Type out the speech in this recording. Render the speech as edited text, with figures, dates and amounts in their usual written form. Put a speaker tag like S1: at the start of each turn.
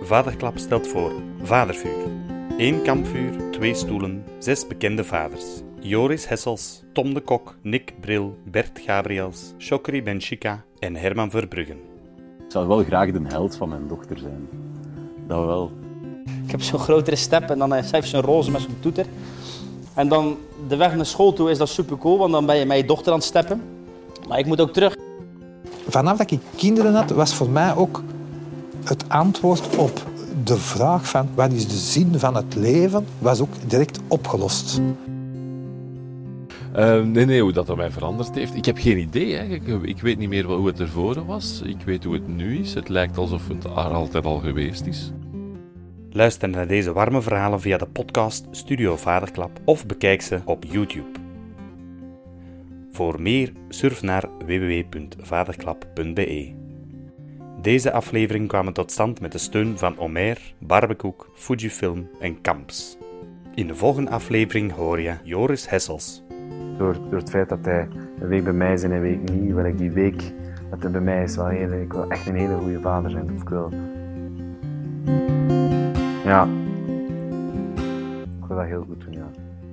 S1: Vaderklap stelt voor Vadervuur. 1 kampvuur, 2 stoelen, 6 bekende vaders. Joris Hessels, Tom de Kok, Nick Bril, Bert Gabriels, Chokri Benchika en Herman Verbruggen.
S2: Ik zou wel graag de held van mijn dochter zijn. Dat wel.
S3: Ik heb zo'n grotere step en dan heeft ze een roze met zo'n toeter. En dan de weg naar school toe is dat super cool, want dan ben je met je dochter aan het steppen. Maar ik moet ook terug.
S4: Vanaf dat ik kinderen had, was voor mij ook het antwoord op de vraag van wat is de zin van het leven, was ook direct opgelost.
S5: Nee, hoe dat mij veranderd heeft. Ik heb geen idee. Hè. Ik weet niet meer hoe het ervoor was. Ik weet hoe het nu is. Het lijkt alsof het er altijd al geweest is.
S1: Luister naar deze warme verhalen via de podcast Studio Vaderklap of bekijk ze op YouTube. Voor meer surf naar www.vaderklap.be. Deze aflevering kwam tot stand met de steun van Omer, Barbekoek, Fujifilm en Kamps. In de volgende aflevering hoor je Joris Hessels.
S6: Door het feit dat hij een week bij mij is en een week niet, wil ik die week dat hij bij mij is wel ik wil echt een hele goede vader zijn. Of ik wil dat heel goed doen, ja.